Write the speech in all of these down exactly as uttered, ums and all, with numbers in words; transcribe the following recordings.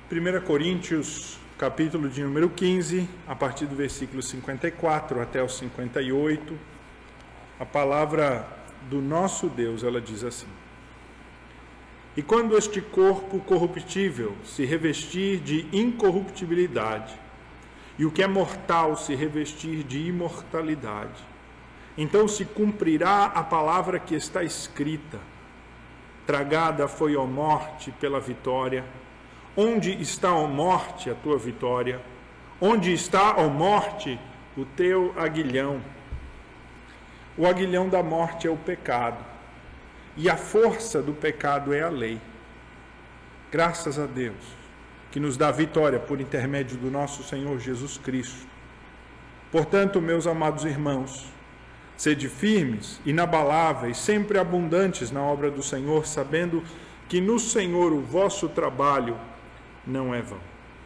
primeira Coríntios, capítulo de número quinze, a partir do versículo cinquenta e quatro até o cinquenta e oito, a palavra do nosso Deus, ela diz assim: E quando este corpo corruptível se revestir de incorruptibilidade, e o que é mortal se revestir de imortalidade, então se cumprirá a palavra que está escrita: Tragada foi a morte pela vitória. Onde está, ó morte, a tua vitória? Onde está, ó morte, o teu aguilhão? O aguilhão da morte é o pecado, e a força do pecado é a lei. Graças a Deus, que nos dá vitória por intermédio do nosso Senhor Jesus Cristo. Portanto, meus amados irmãos, sede firmes, inabaláveis, sempre abundantes na obra do Senhor, sabendo que no Senhor o vosso trabalho não é vão.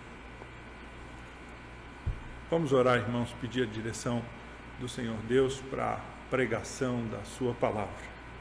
Vamos orar, irmãos, pedir a direção do Senhor Deus para a pregação da sua palavra.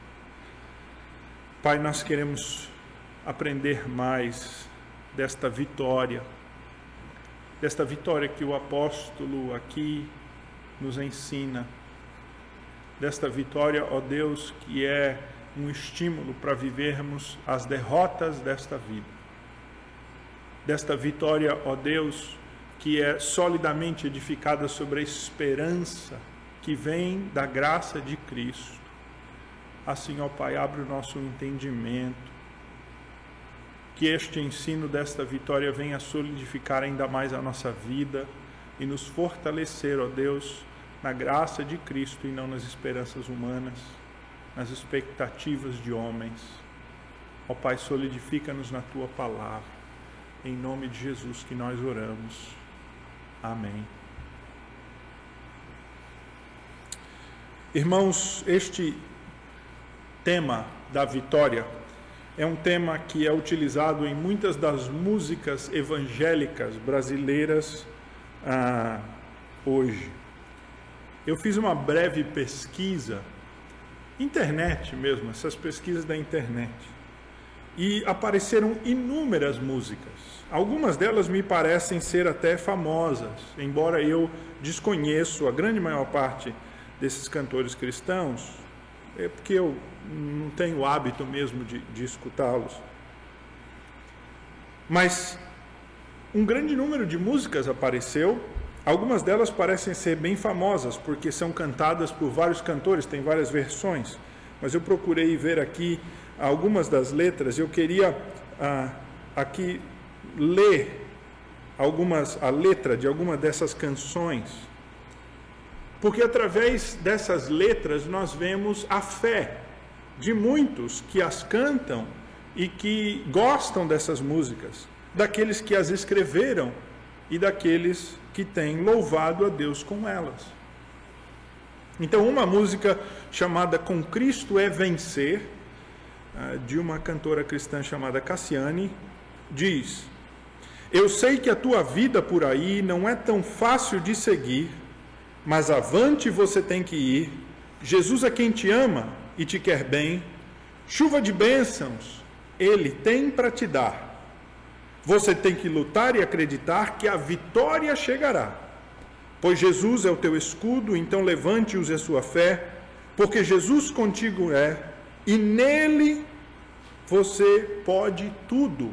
Pai, nós queremos aprender mais desta vitória, desta vitória que o apóstolo aqui nos ensina, desta vitória, ó Deus, que é um estímulo para vivermos as derrotas desta vida. Desta vitória, ó Deus, que é solidamente edificada sobre a esperança que vem da graça de Cristo. Assim, ó Pai, abre o nosso entendimento, que este ensino desta vitória venha solidificar ainda mais a nossa vida e nos fortalecer, ó Deus, na graça de Cristo e não nas esperanças humanas, nas expectativas de homens. Ó Pai, solidifica-nos na Tua palavra. Em nome de Jesus que nós oramos. Amém. Irmãos, este tema da vitória é um tema que é utilizado em muitas das músicas evangélicas brasileiras ah, hoje. Eu fiz uma breve pesquisa, internet mesmo, essas pesquisas da internet, e apareceram inúmeras músicas. Algumas delas me parecem ser até famosas, embora eu desconheço a grande maior parte desses cantores cristãos, é porque eu não tenho o hábito mesmo de, de escutá-los. Mas um grande número de músicas apareceu. Algumas delas parecem ser bem famosas, porque são cantadas por vários cantores, tem várias versões. Mas eu procurei ver aqui algumas das letras. Eu queria ah, aqui ler algumas, a letra de algumas dessas canções, porque através dessas letras nós vemos a fé de muitos que as cantam e que gostam dessas músicas, daqueles que as escreveram e daqueles que têm louvado a Deus com elas. Então, uma música chamada Com Cristo é Vencer, de uma cantora cristã chamada Cassiane, diz: Eu sei que a tua vida por aí não é tão fácil de seguir, mas avante você tem que ir. Jesus é quem te ama e te quer bem. Chuva de bênçãos Ele tem para te dar. Você tem que lutar e acreditar que a vitória chegará. Pois Jesus é o teu escudo, então levante e use a sua fé, porque Jesus contigo é, e nele você pode tudo.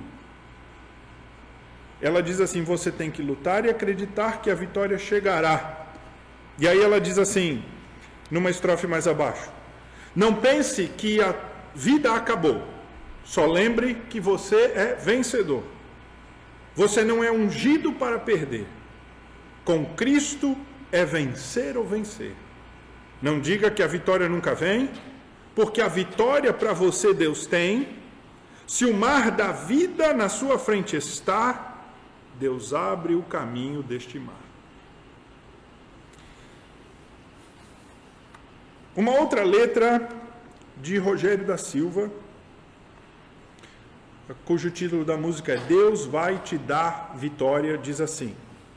Ela diz assim: você tem que lutar e acreditar que a vitória chegará. E aí ela diz assim, numa estrofe mais abaixo: não pense que a vida acabou, só lembre que você é vencedor. Você não é ungido para perder. Com Cristo é vencer ou vencer. Não diga que a vitória nunca vem, porque a vitória para você Deus tem. Se o mar da vida na sua frente está, Deus abre o caminho deste mar. Uma outra letra de Rogério da Silva, cujo título da música é Deus vai te dar vitória, diz assim: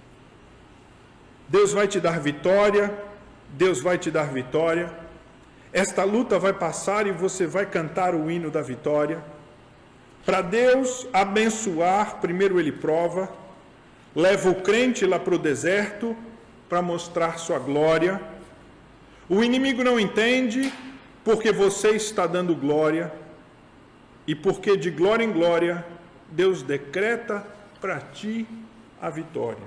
Deus vai te dar vitória, Deus vai te dar vitória. Esta luta vai passar e você vai cantar o hino da vitória. Para Deus abençoar, primeiro ele prova, leva o crente lá para o deserto para mostrar sua glória. O inimigo não entende porque você está dando glória e porque de glória em glória Deus decreta para ti a vitória.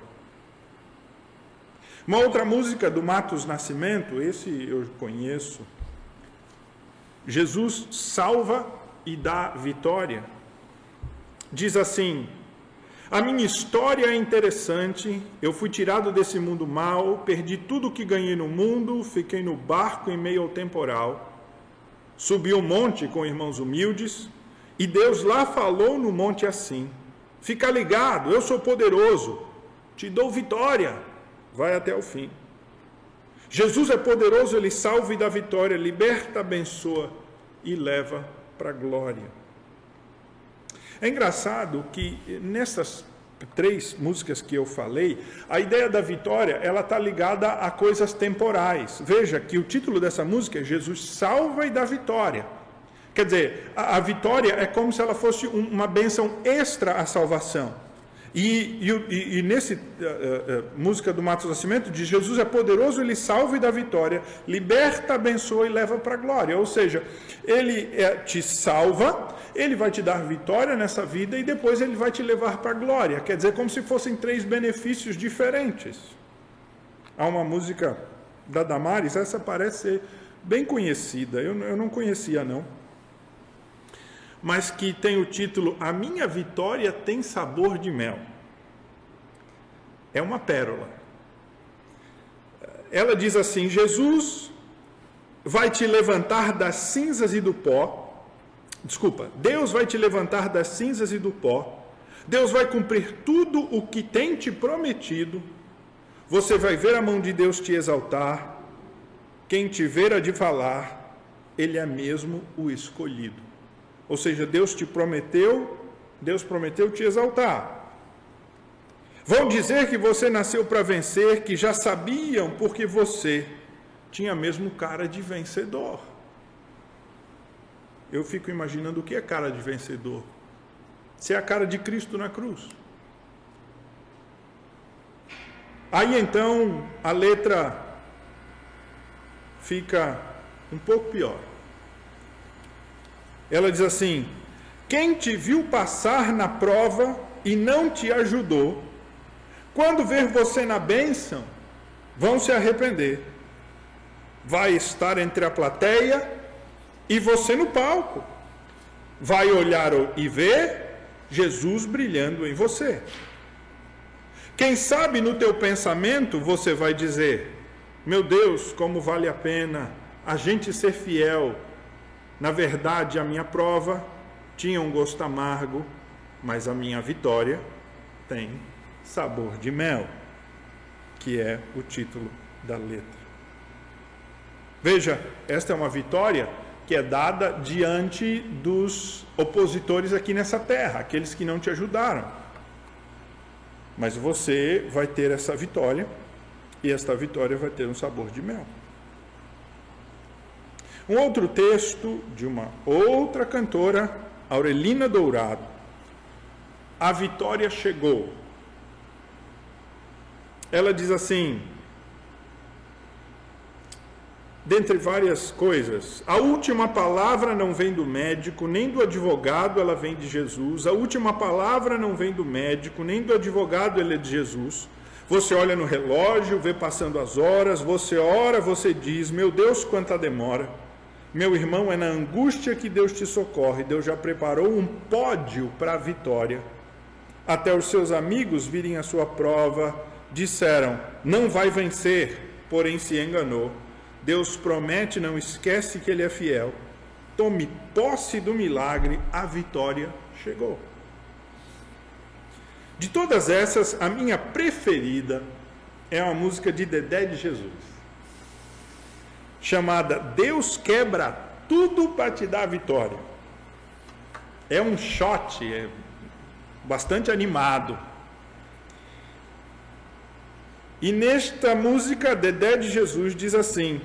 Uma outra música do Matos Nascimento, esse eu conheço. Jesus salva e dá vitória. Diz assim: a minha história é interessante, eu fui tirado desse mundo mau, perdi tudo o que ganhei no mundo, fiquei no barco em meio ao temporal, subi o monte com irmãos humildes, e Deus lá falou no monte assim: fica ligado, eu sou poderoso, te dou vitória, vai até o fim. Jesus é poderoso, ele salva e dá vitória, liberta, abençoa e leva para a glória. É engraçado que nessas três músicas que eu falei, a ideia da vitória, ela está ligada a coisas temporais. Veja que o título dessa música é Jesus salva e dá vitória. Quer dizer, a, a vitória é como se ela fosse um, uma bênção extra à salvação. E, e, e nesse uh, uh, música do Matos Nascimento diz: Jesus é poderoso, ele salva e dá vitória, liberta, abençoa e leva para a glória. Ou seja, ele é, te salva, ele vai te dar vitória nessa vida e depois ele vai te levar para a glória. Quer dizer, como se fossem três benefícios diferentes. Há uma música da Damares, essa parece ser bem conhecida, eu, eu não conhecia não, mas que tem o título A Minha Vitória Tem Sabor de Mel. É uma pérola. Ela diz assim: Jesus vai te levantar das cinzas e do pó. Desculpa, Deus vai te levantar das cinzas e do pó. Deus vai cumprir tudo o que tem te prometido. Você vai ver a mão de Deus te exaltar. Quem te ver há de falar, ele é mesmo o escolhido. Ou seja, Deus te prometeu, Deus prometeu te exaltar. Vão dizer que você nasceu para vencer, que já sabiam porque você tinha mesmo cara de vencedor. Eu fico imaginando o que é cara de vencedor. Se é a cara de Cristo na cruz. Aí então a letra fica um pouco pior. Ela diz assim: quem te viu passar na prova e não te ajudou, quando ver você na bênção, vão se arrepender. Vai estar entre a plateia e você no palco. Vai olhar e ver Jesus brilhando em você. Quem sabe no teu pensamento você vai dizer: meu Deus, como vale a pena a gente ser fiel. Na verdade, a minha prova tinha um gosto amargo, mas a minha vitória tem sabor de mel, que é o título da letra. Veja, esta é uma vitória que é dada diante dos opositores aqui nessa terra, aqueles que não te ajudaram. Mas você vai ter essa vitória, e esta vitória vai ter um sabor de mel. Um outro texto de uma outra cantora, Aurelina Dourado. A vitória chegou. Ela diz assim, dentre várias coisas: a última palavra não vem do médico, nem do advogado, ela vem de Jesus. A última palavra não vem do médico, nem do advogado, ela é de Jesus. Você olha no relógio, vê passando as horas, você ora, você diz: meu Deus, quanta demora. Meu irmão, é na angústia que Deus te socorre. Deus já preparou um pódio para a vitória. Até os seus amigos virem a sua prova, disseram: não vai vencer, porém se enganou. Deus promete, não esquece que Ele é fiel. Tome posse do milagre, a vitória chegou. De todas essas, a minha preferida é uma música de Dedé de Jesus, chamada Deus Quebra Tudo para Te Dar a Vitória. É um shot, é bastante animado. E nesta música, Dedé de Jesus diz assim: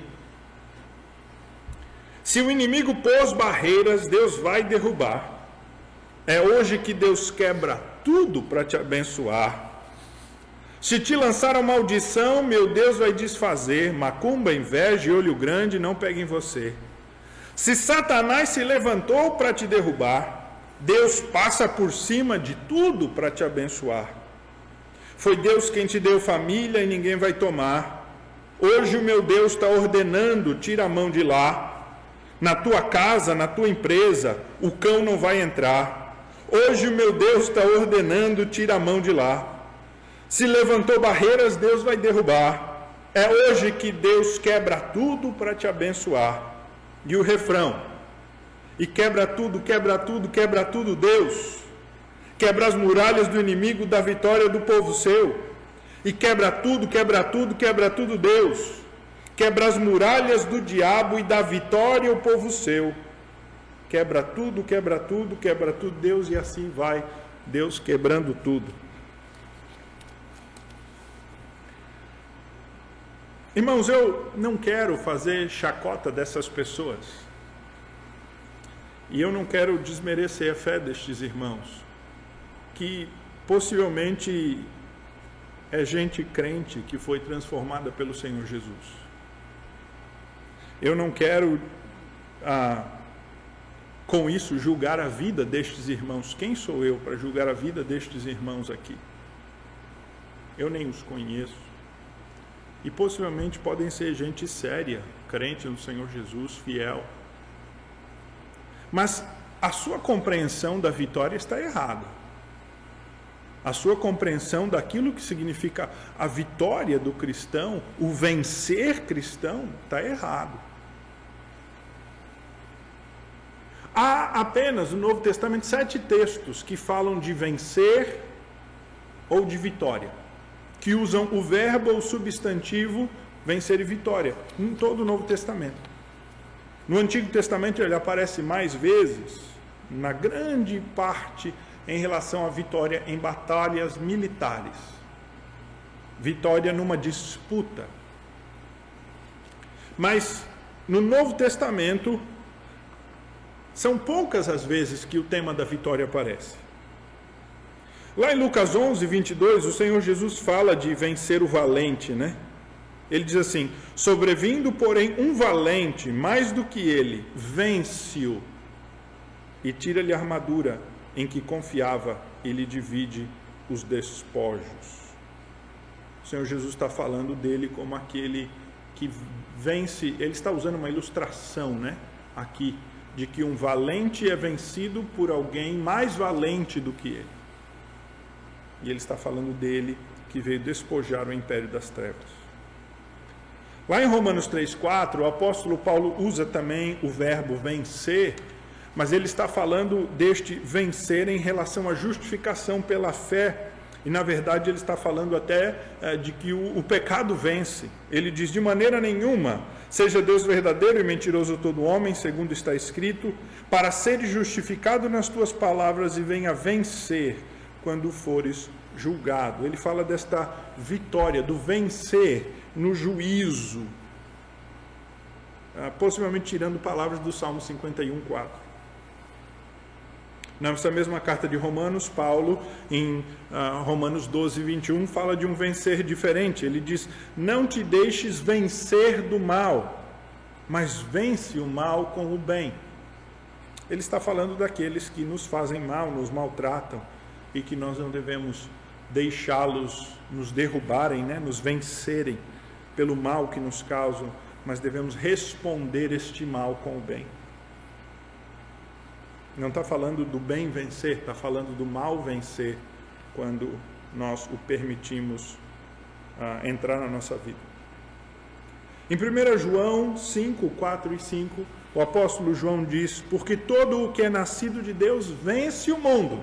se o inimigo pôs barreiras, Deus vai derrubar. É hoje que Deus quebra tudo para te abençoar. Se te lançaram maldição, meu Deus vai desfazer. Macumba, inveja e olho grande não peguem você. Se Satanás se levantou para te derrubar, Deus passa por cima de tudo para te abençoar. Foi Deus quem te deu família e ninguém vai tomar. Hoje o meu Deus está ordenando, tira a mão de lá. Na tua casa, na tua empresa, o cão não vai entrar. Hoje o meu Deus está ordenando, tira a mão de lá. Se levantou barreiras, Deus vai derrubar. É hoje que Deus quebra tudo para te abençoar. E o refrão: e quebra tudo, quebra tudo, quebra tudo, Deus. Quebra as muralhas do inimigo, da vitória do povo seu. E quebra tudo, quebra tudo, quebra tudo, Deus. Quebra as muralhas do diabo e da vitória o povo seu. Quebra tudo, quebra tudo, quebra tudo, Deus. E assim vai, Deus quebrando tudo. Irmãos, eu não quero fazer chacota dessas pessoas. E eu não quero desmerecer a fé destes irmãos, que possivelmente é gente crente que foi transformada pelo Senhor Jesus. Eu não quero, ah, com isso, julgar a vida destes irmãos. Quem sou eu para julgar a vida destes irmãos aqui? Eu nem os conheço. E possivelmente podem ser gente séria, crente no Senhor Jesus, fiel. Mas a sua compreensão da vitória está errada. A sua compreensão daquilo que significa a vitória do cristão, o vencer cristão, está errado. Há apenas no Novo Testamento sete textos que falam de vencer ou de vitória, que usam o verbo ou o substantivo vencer e vitória, em todo o Novo Testamento. No Antigo Testamento ele aparece mais vezes, na grande parte, em relação à vitória em batalhas militares. Vitória numa disputa. Mas no Novo Testamento, são poucas as vezes que o tema da vitória aparece. Lá em Lucas onze, vinte e dois, o Senhor Jesus fala de vencer o valente, né? Ele diz assim: sobrevindo, porém, um valente, mais do que ele, vence-o e tira-lhe a armadura em que confiava e lhe divide os despojos. O Senhor Jesus está falando dele como aquele que vence. Ele está usando uma ilustração, né, aqui, de que um valente é vencido por alguém mais valente do que ele. E ele está falando dele que veio despojar o império das trevas. Lá em Romanos três, quatro, o apóstolo Paulo usa também o verbo vencer, mas ele está falando deste vencer em relação à justificação pela fé. E na verdade ele está falando até é, de que o, o pecado vence. Ele diz: de maneira nenhuma, seja Deus verdadeiro e mentiroso todo homem, segundo está escrito, para seres justificado nas tuas palavras e venha vencer quando fores julgado. Ele fala desta vitória, do vencer no juízo, ah, possivelmente tirando palavras do Salmo cinquenta e um, quatro. Nessa mesma carta de Romanos, Paulo, em uh, Romanos doze, vinte e um, fala de um vencer diferente. Ele diz: não te deixes vencer do mal, mas vence o mal com o bem. Ele está falando daqueles que nos fazem mal, nos maltratam, e que nós não devemos deixá-los nos derrubarem, né, nos vencerem pelo mal que nos causam, mas devemos responder este mal com o bem. Não está falando do bem vencer, está falando do mal vencer, quando nós o permitimos ah, entrar na nossa vida. Em primeiro João cinco, quatro e cinco, o apóstolo João diz: porque todo o que é nascido de Deus vence o mundo.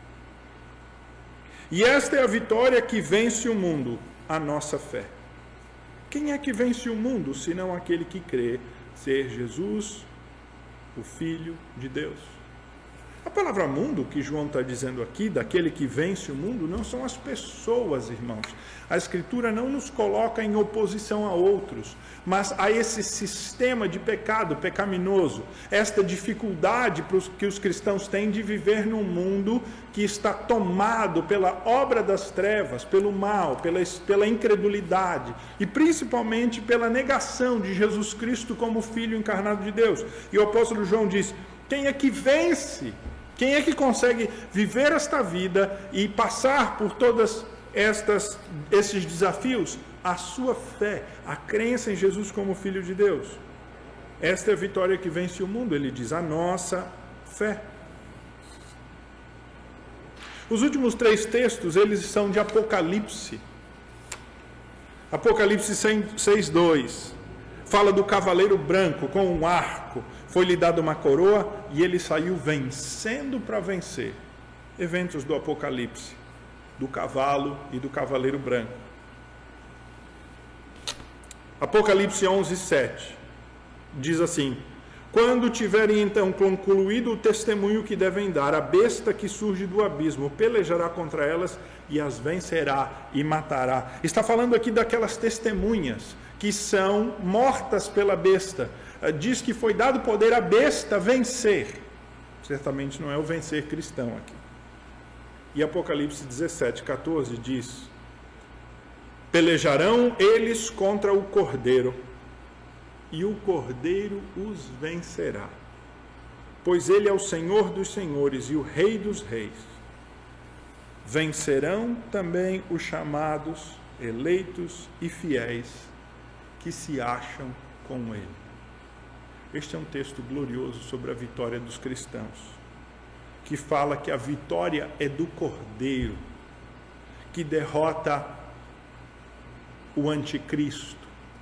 E esta é a vitória que vence o mundo, a nossa fé. Quem é que vence o mundo, senão aquele que crê ser Jesus, o Filho de Deus? A palavra mundo, que João está dizendo aqui, daquele que vence o mundo, não são as pessoas, irmãos. A Escritura não nos coloca em oposição a outros, mas a esse sistema de pecado pecaminoso, esta dificuldade que os cristãos têm de viver num mundo que está tomado pela obra das trevas, pelo mal, pela, pela incredulidade e principalmente pela negação de Jesus Cristo como Filho encarnado de Deus. E o apóstolo João diz: quem é que vence? Quem é que consegue viver esta vida e passar por todas estas, esses desafios? A sua fé, a crença em Jesus como Filho de Deus. Esta é a vitória que vence o mundo, ele diz, a nossa fé. Os últimos três textos, eles são de Apocalipse. Apocalipse seis, dois, fala do cavaleiro branco com um arco, foi-lhe dada uma coroa e ele saiu vencendo para vencer. Eventos do Apocalipse, do cavalo e do cavaleiro branco. Apocalipse onze, sete, diz assim: quando tiverem então concluído o testemunho que devem dar, a besta que surge do abismo pelejará contra elas e as vencerá e matará. Está falando aqui daquelas testemunhas que são mortas pela besta. Diz que foi dado poder à besta vencer. Certamente não é o vencer cristão aqui. E Apocalipse dezessete, quatorze diz: pelejarão eles contra o Cordeiro, e o Cordeiro os vencerá, pois ele é o Senhor dos senhores e o Rei dos reis. Vencerão também os chamados, eleitos e fiéis que se acham com ele. Este é um texto glorioso sobre a vitória dos cristãos, que fala que a vitória é do Cordeiro, que derrota o anticristo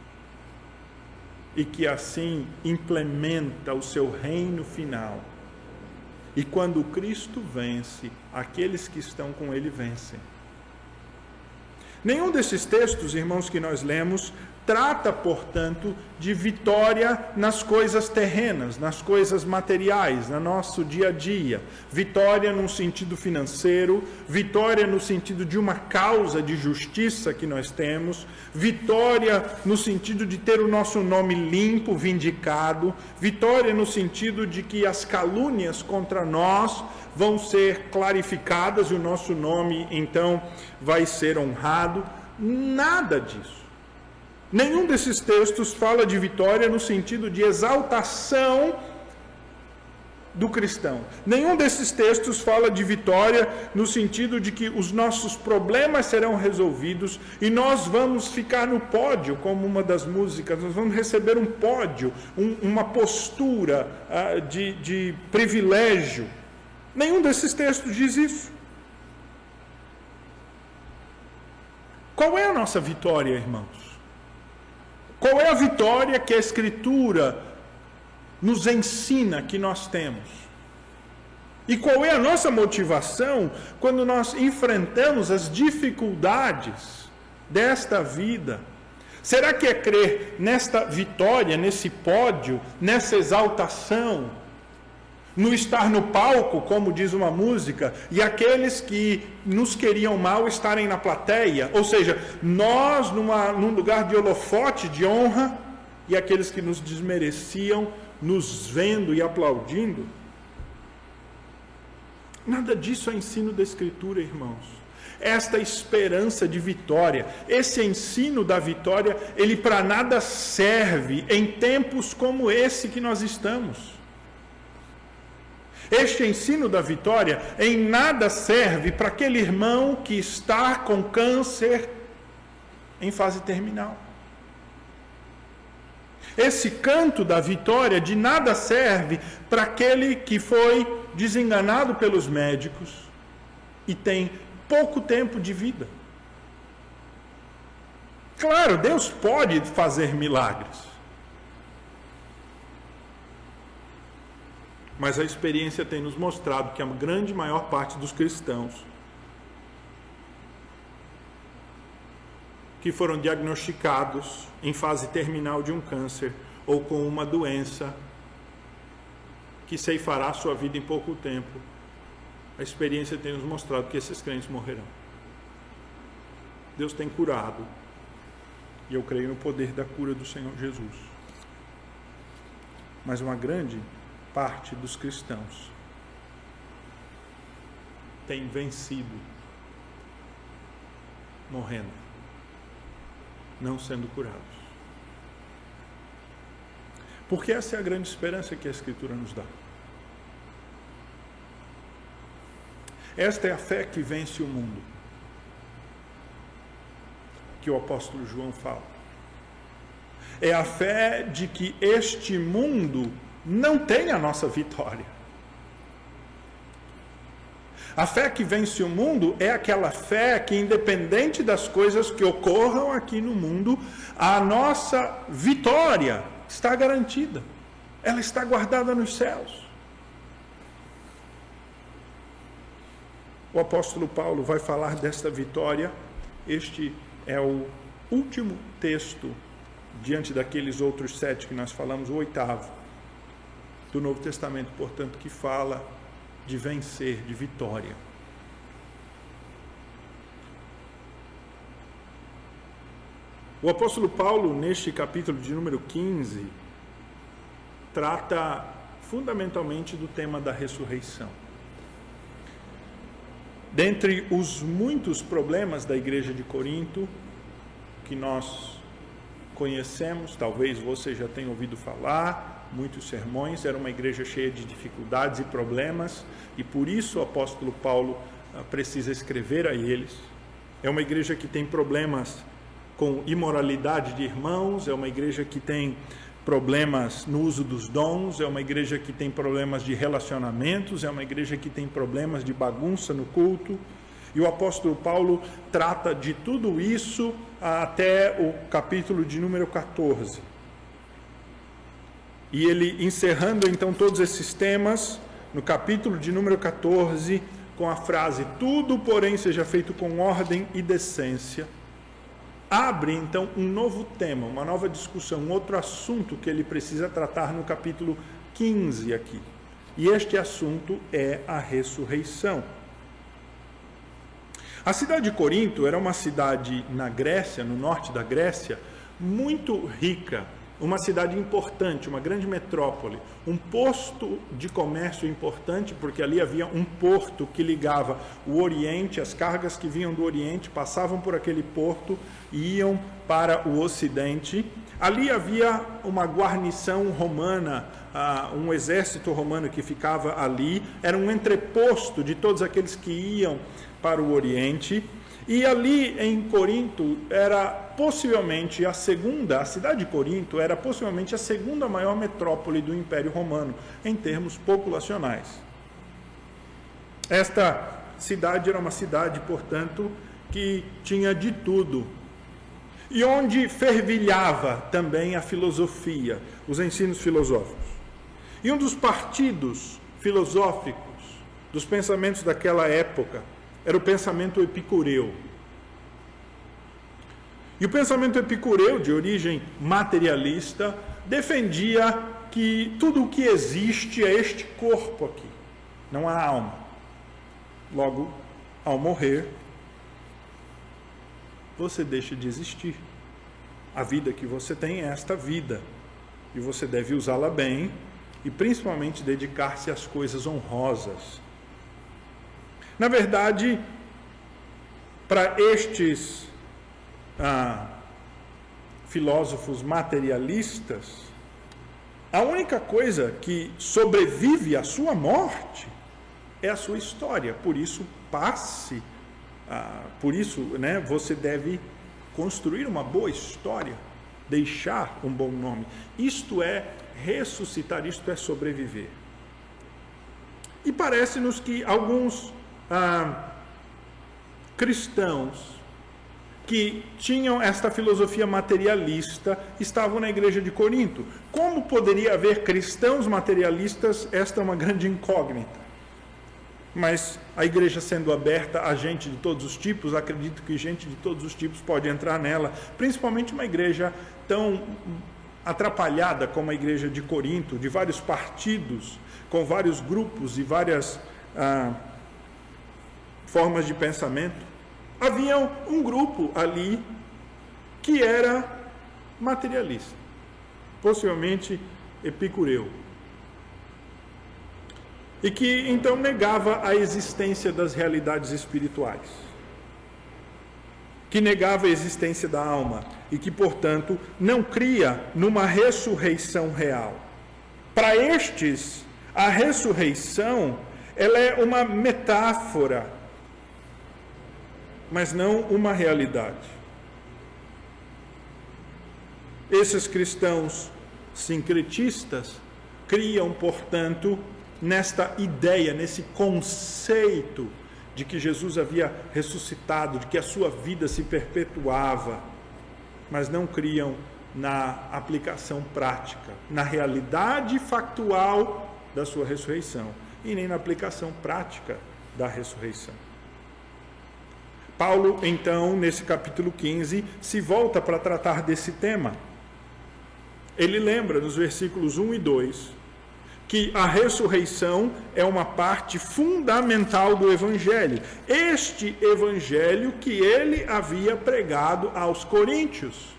e que assim implementa o seu reino final. E quando Cristo vence, aqueles que estão com ele vencem. Nenhum desses textos, irmãos, que nós lemos, trata, portanto, de vitória nas coisas terrenas, nas coisas materiais, no nosso dia a dia. Vitória no sentido financeiro, vitória no sentido de uma causa de justiça que nós temos, vitória no sentido de ter o nosso nome limpo, vindicado, vitória no sentido de que as calúnias contra nós vão ser clarificadas e o nosso nome, então, vai ser honrado. Nada disso. Nenhum desses textos fala de vitória no sentido de exaltação do cristão. Nenhum desses textos fala de vitória no sentido de que os nossos problemas serão resolvidos e nós vamos ficar no pódio, como uma das músicas, nós vamos receber um pódio, um, uma postura uh, de, de privilégio. Nenhum desses textos diz isso. Qual é a nossa vitória, irmãos? Qual é a vitória que a Escritura nos ensina que nós temos? E qual é a nossa motivação quando nós enfrentamos as dificuldades desta vida? Será que é crer nesta vitória, nesse pódio, nessa exaltação, no estar no palco, como diz uma música, e aqueles que nos queriam mal estarem na plateia? Ou seja, nós numa, num lugar de holofote, de honra, e aqueles que nos desmereciam, nos vendo e aplaudindo? Nada disso é ensino da Escritura, irmãos. Esta esperança de vitória, esse ensino da vitória, ele para nada serve em tempos como esse que nós estamos. Este ensino da vitória em nada serve para aquele irmão que está com câncer em fase terminal. Esse canto da vitória de nada serve para aquele que foi desenganado pelos médicos e tem pouco tempo de vida. Claro, Deus pode fazer milagres, mas a experiência tem nos mostrado que a grande maior parte dos cristãos que foram diagnosticados em fase terminal de um câncer ou com uma doença que ceifará sua vida em pouco tempo, a experiência tem nos mostrado que esses crentes morrerão. Deus tem curado, e eu creio no poder da cura do Senhor Jesus. Mas uma grande parte dos cristãos tem vencido morrendo, não sendo curados. Porque essa é a grande esperança que a Escritura nos dá. Esta é a fé que vence o mundo, que o apóstolo João fala. É a fé de que este mundo não tem a nossa vitória. A fé que vence o mundo é aquela fé que, independente das coisas que ocorram aqui no mundo, a nossa vitória está garantida. Ela está guardada nos céus. O apóstolo Paulo vai falar desta vitória. Este é o último texto, diante daqueles outros sete que nós falamos, o oitavo, do Novo Testamento, portanto, que fala de vencer, de vitória. O apóstolo Paulo, neste capítulo de número quinze, trata fundamentalmente do tema da ressurreição. Dentre os muitos problemas da igreja de Corinto, que nós conhecemos, talvez você já tenha ouvido falar, muitos sermões, era uma igreja cheia de dificuldades e problemas, e por isso o apóstolo Paulo precisa escrever a eles. É uma igreja que tem problemas com imoralidade de irmãos, é uma igreja que tem problemas no uso dos dons, é uma igreja que tem problemas de relacionamentos, é uma igreja que tem problemas de bagunça no culto. E o apóstolo Paulo trata de tudo isso até o capítulo de número quatorze. E ele, encerrando então todos esses temas, no capítulo de número quatorze, com a frase: tudo, porém, seja feito com ordem e decência, abre então um novo tema, uma nova discussão, um outro assunto que ele precisa tratar no capítulo quinze aqui. E este assunto é a ressurreição. A cidade de Corinto era uma cidade na Grécia, no norte da Grécia, muito rica, uma cidade importante, uma grande metrópole, um posto de comércio importante, porque ali havia um porto que ligava o Oriente, as cargas que vinham do Oriente passavam por aquele porto e iam para o Ocidente. Ali havia uma guarnição romana, uh, um exército romano que ficava ali, era um entreposto de todos aqueles que iam para o Oriente. E ali em Corinto era possivelmente a segunda, a cidade de Corinto era possivelmente a segunda maior metrópole do Império Romano, em termos populacionais. Esta cidade era uma cidade, portanto, que tinha de tudo. E onde fervilhava também a filosofia, os ensinos filosóficos. E um dos partidos filosóficos dos pensamentos daquela época era o pensamento epicureu. E o pensamento epicureu, de origem materialista, defendia que tudo o que existe é este corpo aqui, não há alma. Logo, ao morrer, você deixa de existir. A vida que você tem é esta vida, e você deve usá-la bem, e principalmente dedicar-se às coisas honrosas. Na verdade, para estes ah, filósofos materialistas, a única coisa que sobrevive à sua morte é a sua história. Por isso, passe, ah, por isso, né, você deve construir uma boa história, deixar um bom nome. Isto é ressuscitar, isto é sobreviver. E parece-nos que alguns Ah, cristãos que tinham esta filosofia materialista estavam na igreja de Corinto. Como poderia haver cristãos materialistas? Esta é uma grande incógnita. Mas a igreja sendo aberta a gente de todos os tipos, acredito que gente de todos os tipos pode entrar nela, principalmente uma igreja tão atrapalhada como a igreja de Corinto, de vários partidos, com vários grupos e várias ah, formas de pensamento. Havia um grupo ali que era materialista, possivelmente epicureu, e que então negava a existência das realidades espirituais, que negava a existência da alma e que, portanto, não cria numa ressurreição real. Para estes, a ressurreição, ela é uma metáfora, mas não uma realidade. Esses cristãos sincretistas criam, portanto, nesta ideia, nesse conceito de que Jesus havia ressuscitado, de que a sua vida se perpetuava, mas não criam na aplicação prática, na realidade factual da sua ressurreição, e nem na aplicação prática da ressurreição. Paulo, então, nesse capítulo quinze, se volta para tratar desse tema. Ele lembra, nos versículos um e dois, que a ressurreição é uma parte fundamental do Evangelho. Este Evangelho que ele havia pregado aos coríntios.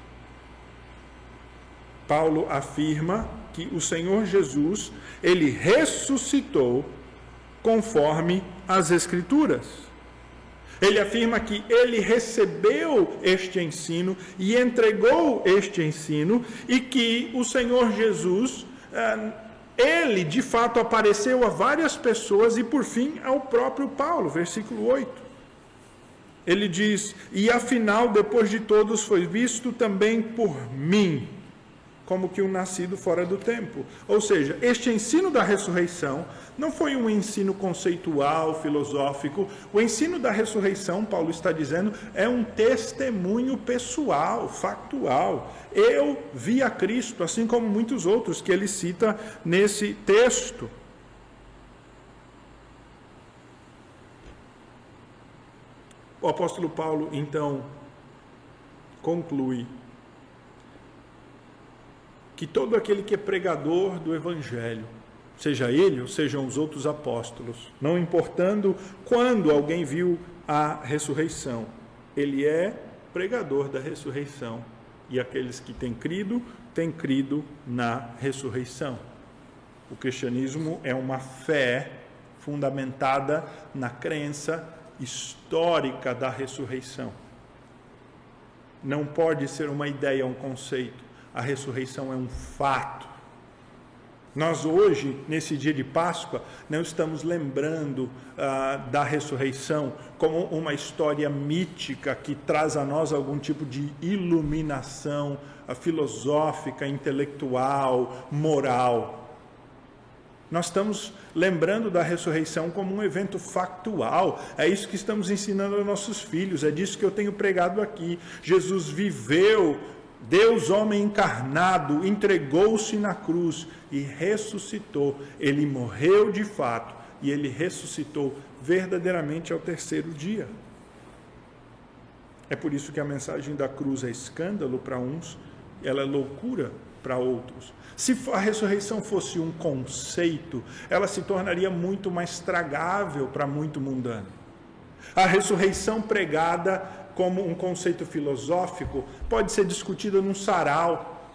Paulo afirma que o Senhor Jesus, ele ressuscitou conforme as Escrituras. Ele afirma que ele recebeu este ensino e entregou este ensino, e que o Senhor Jesus, ele de fato apareceu a várias pessoas e por fim ao próprio Paulo, versículo oito. Ele diz: e afinal, depois de todos, foi visto também por mim, como que um nascido fora do tempo. Ou seja, este ensino da ressurreição não foi um ensino conceitual, filosófico. O ensino da ressurreição, Paulo está dizendo, é um testemunho pessoal, factual. Eu vi a Cristo, assim como muitos outros que ele cita nesse texto. O apóstolo Paulo, então, conclui que todo aquele que é pregador do Evangelho, seja ele ou sejam os outros apóstolos, não importando quando alguém viu a ressurreição, ele é pregador da ressurreição. E aqueles que têm crido, têm crido na ressurreição. O cristianismo é uma fé fundamentada na crença histórica da ressurreição. Não pode ser uma ideia, um conceito. A ressurreição é um fato. Nós hoje, nesse dia de Páscoa, não estamos lembrando ah, da ressurreição como uma história mítica que traz a nós algum tipo de iluminação ah, filosófica, intelectual, moral. Nós estamos lembrando da ressurreição como um evento factual. É isso que estamos ensinando aos nossos filhos, é disso que eu tenho pregado aqui. Jesus viveu, Deus homem encarnado, entregou-se na cruz e ressuscitou. Ele morreu de fato e ele ressuscitou verdadeiramente ao terceiro dia. É por isso que a mensagem da cruz é escândalo para uns, ela é loucura para outros. Se a ressurreição fosse um conceito, ela se tornaria muito mais tragável para muito mundano. A ressurreição pregada como um conceito filosófico pode ser discutida num sarau,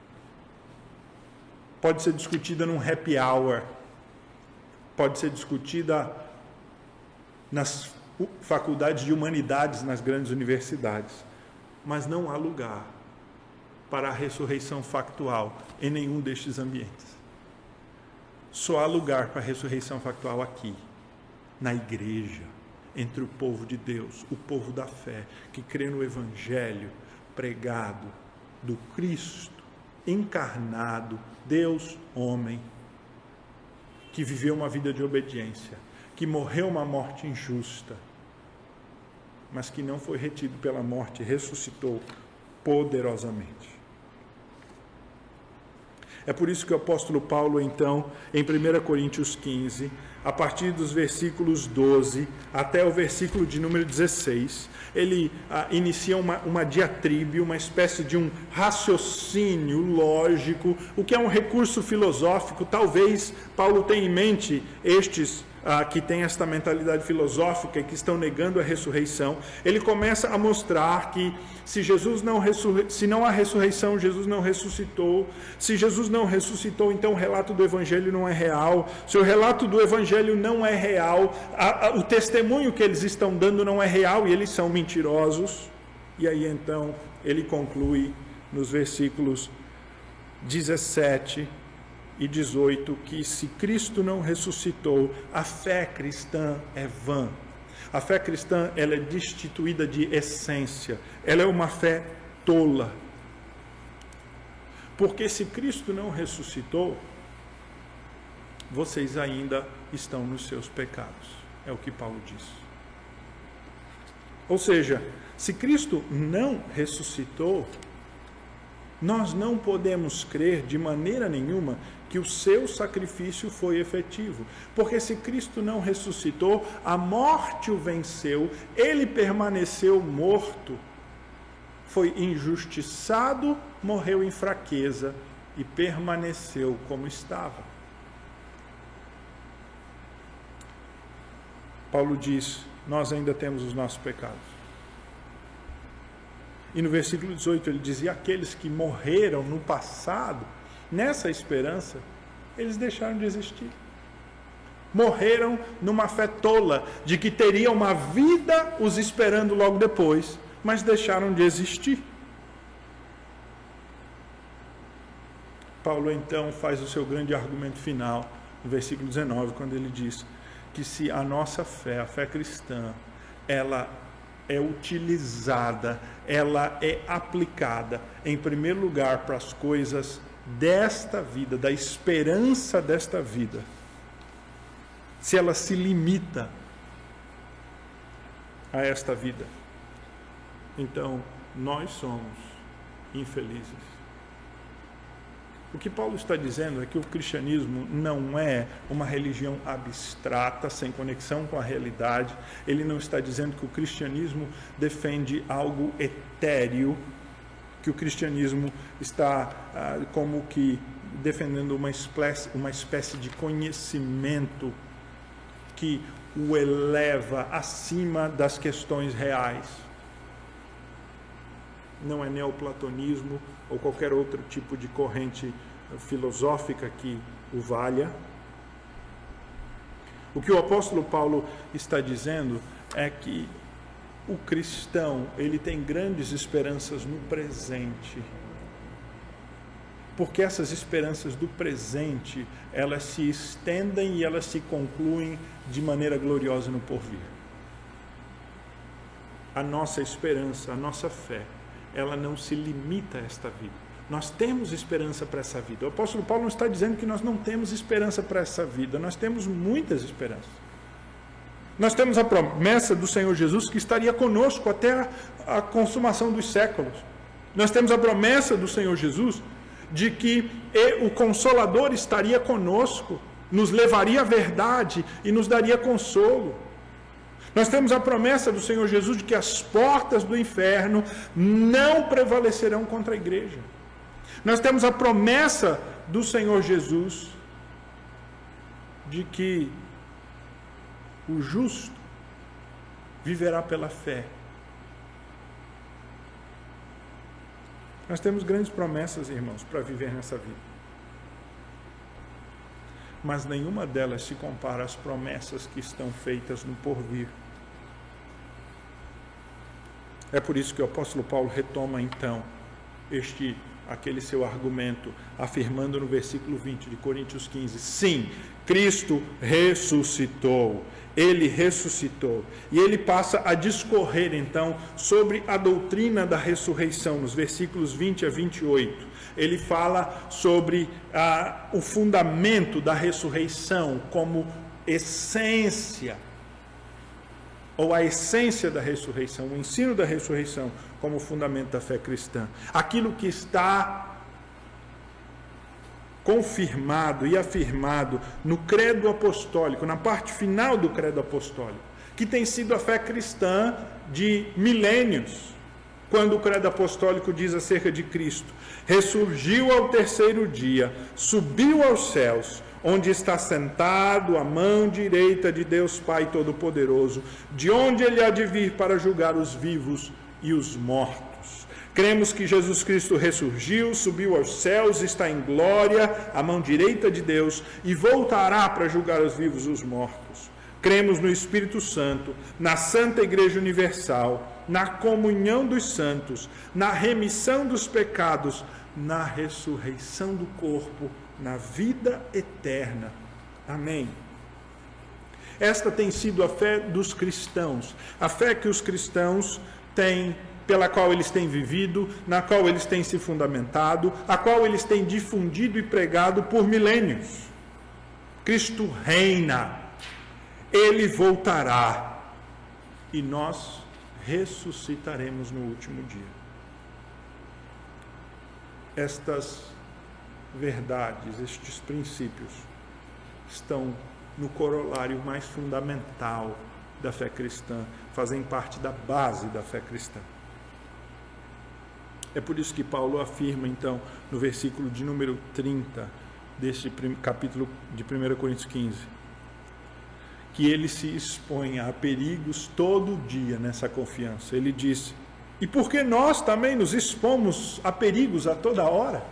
pode ser discutida num happy hour, pode ser discutida nas faculdades de humanidades, nas grandes universidades, mas não há lugar para a ressurreição factual em nenhum destes ambientes. Só há lugar para a ressurreição factual aqui, na igreja, entre o povo de Deus, o povo da fé, que crê no Evangelho pregado do Cristo encarnado, Deus homem, que viveu uma vida de obediência, que morreu uma morte injusta, mas que não foi retido pela morte, ressuscitou poderosamente. É por isso que o apóstolo Paulo, então, em primeira Coríntios quinze, a partir dos versículos doze até o versículo de número dezesseis, ele ah, inicia uma, uma diatribe, uma espécie de um raciocínio lógico, o que é um recurso filosófico. Talvez Paulo tenha em mente estes ah, que têm esta mentalidade filosófica e que estão negando a ressurreição, ele começa a mostrar que se Jesus não ressurre... se não há ressurreição, Jesus não ressuscitou. Se Jesus não ressuscitou, então o relato do Evangelho não é real. Se o relato do Evangelho não é real, a, a, o testemunho que eles estão dando não é real e eles são mentirosos. E aí então ele conclui nos versículos dezessete e dezoito que se Cristo não ressuscitou, a fé cristã é vã. A fé cristã, ela é destituída de essência. Ela é uma fé tola. Porque se Cristo não ressuscitou, vocês ainda estão nos seus pecados. É o que Paulo diz. Ou seja, se Cristo não ressuscitou, nós não podemos crer de maneira nenhuma que o seu sacrifício foi efetivo. Porque se Cristo não ressuscitou, a morte o venceu, ele permaneceu morto, foi injustiçado, morreu em fraqueza e permaneceu como estava. Paulo diz, nós ainda temos os nossos pecados. E no versículo dezoito ele dizia, aqueles que morreram no passado, nessa esperança, eles deixaram de existir. Morreram numa fé tola, de que teria uma vida os esperando logo depois, mas deixaram de existir. Paulo então faz o seu grande argumento final, no versículo dezenove, quando ele diz que se a nossa fé, a fé cristã, ela é utilizada, ela é aplicada, em primeiro lugar, para as coisas desta vida, da esperança desta vida, se ela se limita a esta vida, então nós somos infelizes. O que Paulo está dizendo é que o cristianismo não é uma religião abstrata, sem conexão com a realidade. Ele não está dizendo que o cristianismo defende algo etéreo, que o cristianismo está ah, como que defendendo uma espécie, uma espécie de conhecimento que o eleva acima das questões reais. Não é neoplatonismo ou qualquer outro tipo de corrente filosófica que o valha. O que o apóstolo Paulo está dizendo é que o cristão, ele tem grandes esperanças no presente. Porque essas esperanças do presente, elas se estendem e elas se concluem de maneira gloriosa no porvir. A nossa esperança, a nossa fé, ela não se limita a esta vida. Nós temos esperança para essa vida. O apóstolo Paulo não está dizendo que nós não temos esperança para essa vida. Nós temos muitas esperanças. Nós temos a promessa do Senhor Jesus que estaria conosco até a, a consumação dos séculos. Nós temos a promessa do Senhor Jesus de que o Consolador estaria conosco, nos levaria à verdade e nos daria consolo. Nós temos a promessa do Senhor Jesus de que as portas do inferno não prevalecerão contra a igreja. Nós temos a promessa do Senhor Jesus de que o justo viverá pela fé. Nós temos grandes promessas, irmãos, para viver nessa vida. Mas nenhuma delas se compara às promessas que estão feitas no porvir. É por isso que o apóstolo Paulo retoma então este, aquele seu argumento, afirmando no versículo vinte de Coríntios quinze, sim, Cristo ressuscitou, Ele ressuscitou. E ele passa a discorrer então sobre a doutrina da ressurreição, nos versículos vinte a vinte e oito. Ele fala sobre ah, o fundamento da ressurreição como essência, ou a essência da ressurreição, o ensino da ressurreição como fundamento da fé cristã. Aquilo que está confirmado e afirmado no credo apostólico, na parte final do credo apostólico, que tem sido a fé cristã de milênios. quando o credo apostólico diz acerca de Cristo: ressurgiu ao terceiro dia, subiu aos céus, onde está sentado à mão direita de Deus Pai Todo-Poderoso, de onde ele há de vir para julgar os vivos e os mortos. Cremos que Jesus Cristo ressurgiu, subiu aos céus, está em glória, à mão direita de Deus, e voltará para julgar os vivos e os mortos. Cremos no Espírito Santo, na Santa Igreja Universal, na comunhão dos santos, na remissão dos pecados, na ressurreição do corpo, na vida eterna. Amém. Esta tem sido a fé dos cristãos, a fé que os cristãos têm, pela qual eles têm vivido, na qual eles têm se fundamentado, a qual eles têm difundido e pregado por milênios. Cristo reina, ele voltará e nós ressuscitaremos no último dia. Estas verdades, estes princípios estão no corolário mais fundamental da fé cristã, fazem parte da base da fé cristã. É por isso que Paulo afirma, então, no versículo de número trinta, deste capítulo de primeira Coríntios quinze, que ele se expõe a perigos todo dia nessa confiança. Ele diz: e por que nós também nos expomos a perigos a toda hora?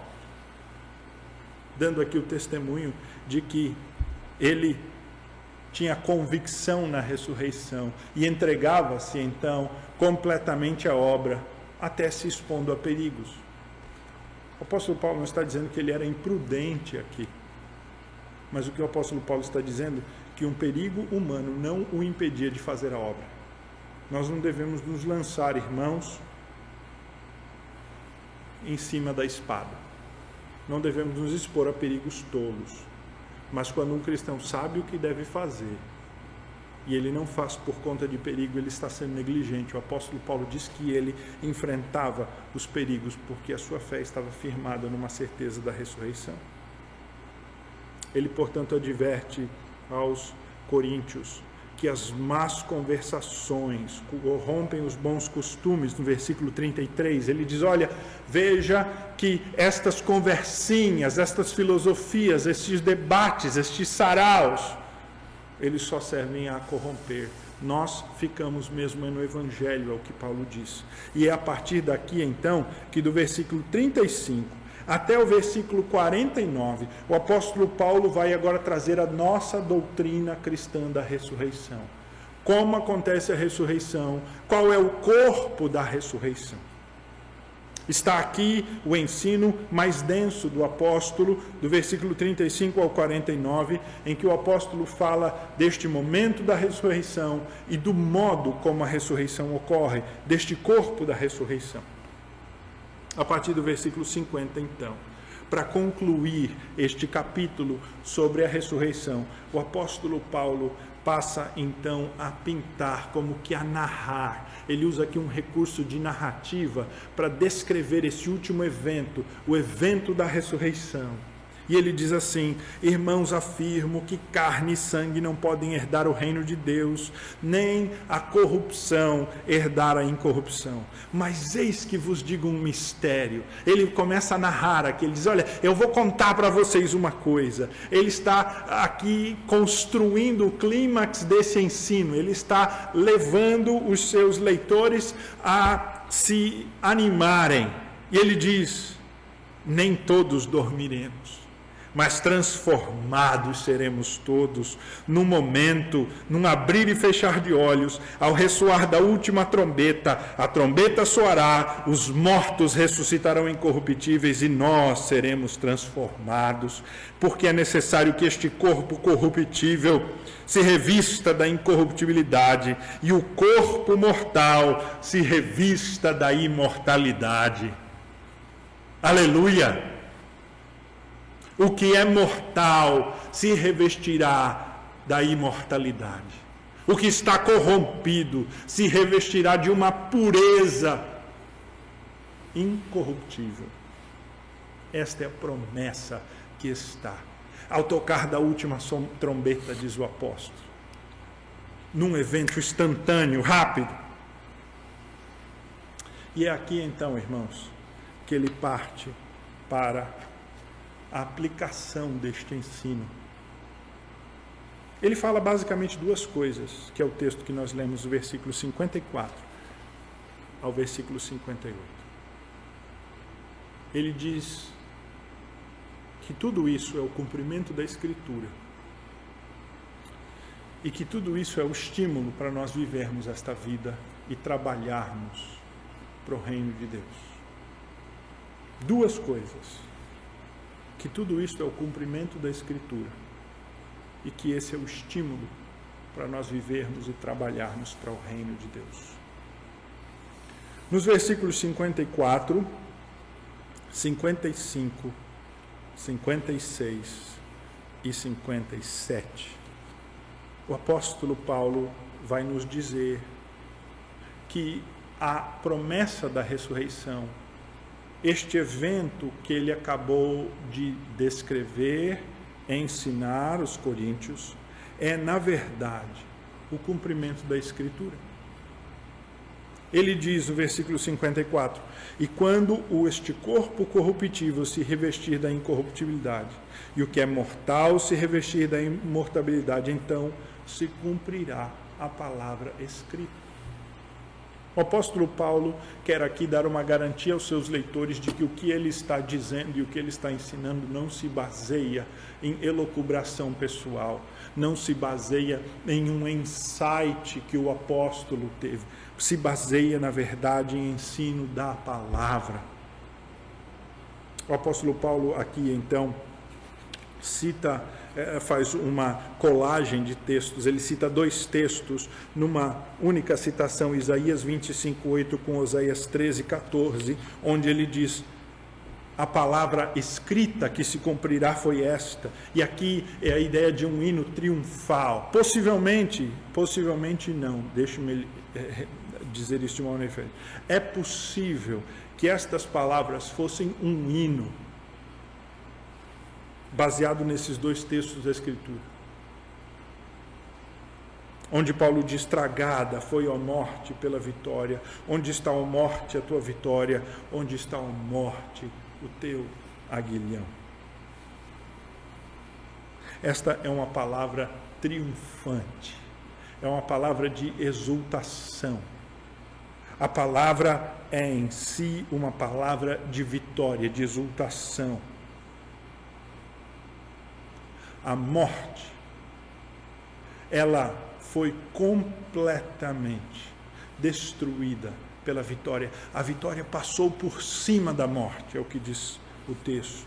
Dando aqui o testemunho de que ele tinha convicção na ressurreição e entregava-se então completamente à obra, até se expondo a perigos. O apóstolo Paulo não está dizendo que ele era imprudente aqui, mas o que o apóstolo Paulo está dizendo é que um perigo humano não o impedia de fazer a obra. Nós não devemos nos lançar, irmãos, em cima da espada. Não devemos nos expor a perigos tolos. Mas quando um cristão sabe o que deve fazer e ele não faz por conta de perigo, ele está sendo negligente. O apóstolo Paulo diz que ele enfrentava os perigos porque a sua fé estava firmada numa certeza da ressurreição. Ele, portanto, adverte aos coríntios que as más conversações corrompem os bons costumes. No versículo trinta e três, ele diz: olha, veja que estas conversinhas, estas filosofias, estes debates, estes saraus, eles só servem a corromper. Nós ficamos mesmo no Evangelho, é o que Paulo diz. E é a partir daqui, então, que do versículo trinta e cinco até o versículo quarenta e nove, o apóstolo Paulo vai agora trazer a nossa doutrina cristã da ressurreição. Como acontece a ressurreição? Qual é o corpo da ressurreição? Está aqui o ensino mais denso do apóstolo, do versículo trinta e cinco ao quarenta e nove, em que o apóstolo fala deste momento da ressurreição e do modo como a ressurreição ocorre, deste corpo da ressurreição. A partir do versículo cinquenta, então, para concluir este capítulo sobre a ressurreição, o apóstolo Paulo passa então a pintar, como que a narrar. Ele usa aqui um recurso de narrativa para descrever esse último evento, o evento da ressurreição. E ele diz assim: irmãos, afirmo que carne e sangue não podem herdar o reino de Deus, nem a corrupção herdar a incorrupção. Mas eis que vos digo um mistério. Ele começa a narrar aqui, ele diz: olha, eu vou contar para vocês uma coisa. Ele está aqui construindo o clímax desse ensino, ele está levando os seus leitores a se animarem. E ele diz: nem todos dormiremos, mas transformados seremos todos, num momento, num abrir e fechar de olhos, ao ressoar da última trombeta. A trombeta soará, os mortos ressuscitarão incorruptíveis e nós seremos transformados, porque é necessário que este corpo corruptível se revista da incorruptibilidade e o corpo mortal se revista da imortalidade. Aleluia! O que é mortal se revestirá da imortalidade. O que está corrompido se revestirá de uma pureza incorruptível. Esta é a promessa que está ao tocar da última trombeta, diz o apóstolo, num evento instantâneo, rápido. E é aqui então, irmãos, que ele parte para a aplicação deste ensino. Ele fala basicamente duas coisas, que é o texto que nós lemos do versículo cinquenta e quatro ao versículo cinquenta e oito. Ele diz que tudo isso é o cumprimento da Escritura e que tudo isso é o estímulo para nós vivermos esta vida e trabalharmos para o reino de Deus. Duas coisas, que tudo isso é o cumprimento da Escritura e que esse é o estímulo para nós vivermos e trabalharmos para o reino de Deus. Nos versículos cinquenta e quatro, cinquenta e cinco, cinquenta e seis e cinquenta e sete, o apóstolo Paulo vai nos dizer que a promessa da ressurreição, este evento que ele acabou de descrever, ensinar os coríntios, é, na verdade, o cumprimento da Escritura. Ele diz no versículo cinquenta e quatro, e quando o este corpo corruptível se revestir da incorruptibilidade, e o que é mortal se revestir da imortabilidade, então se cumprirá a palavra escrita. O apóstolo Paulo quer aqui dar uma garantia aos seus leitores de que o que ele está dizendo e o que ele está ensinando não se baseia em elucubração pessoal, não se baseia em um insight que o apóstolo teve, se baseia, na verdade, em ensino da palavra. O apóstolo Paulo aqui, então, cita, faz uma colagem de textos, ele cita dois textos numa única citação, Isaías vinte e cinco, oito com Oséias treze, quatorze, onde ele diz: a palavra escrita que se cumprirá foi esta. E aqui é a ideia de um hino triunfal. Possivelmente, possivelmente não, deixe-me dizer isso de uma maneira diferente. É possível que estas palavras fossem um hino baseado nesses dois textos da Escritura, onde Paulo diz: tragada foi a morte pela vitória, onde está a morte a tua vitória, onde está a morte o teu aguilhão. Esta é uma palavra triunfante, é uma palavra de exultação. A palavra é em si uma palavra de vitória, de exultação. A morte, ela foi completamente destruída pela vitória. A vitória passou por cima da morte, é o que diz o texto.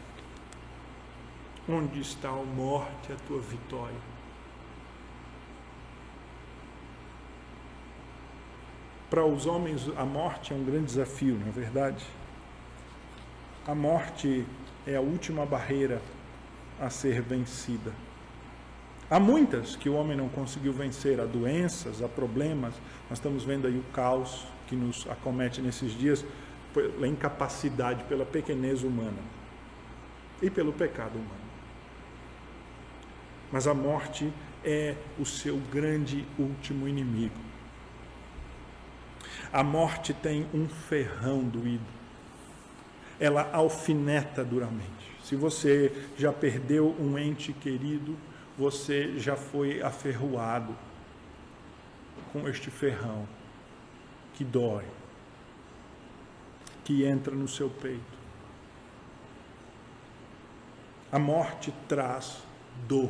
Onde está a morte, a tua vitória? Para os homens, a morte é um grande desafio, não é verdade? A morte é a última barreira a ser vencida. Há muitas que o homem não conseguiu vencer, há doenças, há problemas. Nós estamos vendo aí o caos que nos acomete nesses dias pela incapacidade, pela pequenez humana e pelo pecado humano. Mas a morte é o seu grande último inimigo. A morte tem um ferrão doído. Ela alfineta duramente. Se você já perdeu um ente querido, você já foi aferroado com este ferrão que dói, que entra no seu peito. A morte traz dor.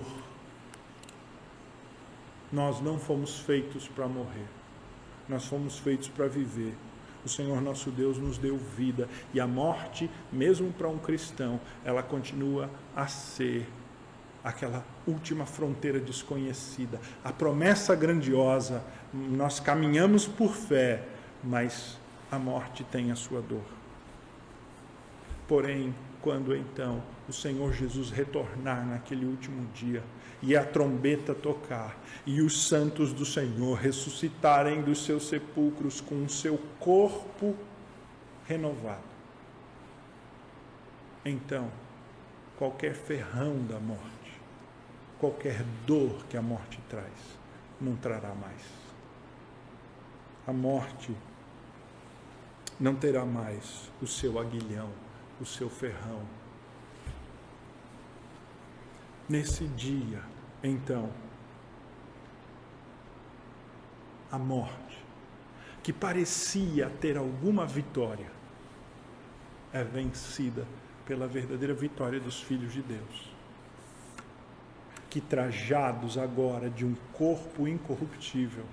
Nós não fomos feitos para morrer, nós fomos feitos para viver. O Senhor nosso Deus nos deu vida, e a morte, mesmo para um cristão, ela continua a ser aquela última fronteira desconhecida. A promessa grandiosa, nós caminhamos por fé, mas a morte tem a sua dor. Porém, quando então o Senhor Jesus retornar naquele último dia, e a trombeta tocar, e os santos do Senhor ressuscitarem dos seus sepulcros com o seu corpo renovado, então, qualquer ferrão da morte, qualquer dor que a morte traz, não trará mais. A morte não terá mais o seu aguilhão, o seu ferrão. Nesse dia, então, a morte, que parecia ter alguma vitória, é vencida pela verdadeira vitória dos filhos de Deus, que trajados agora de um corpo incorruptível,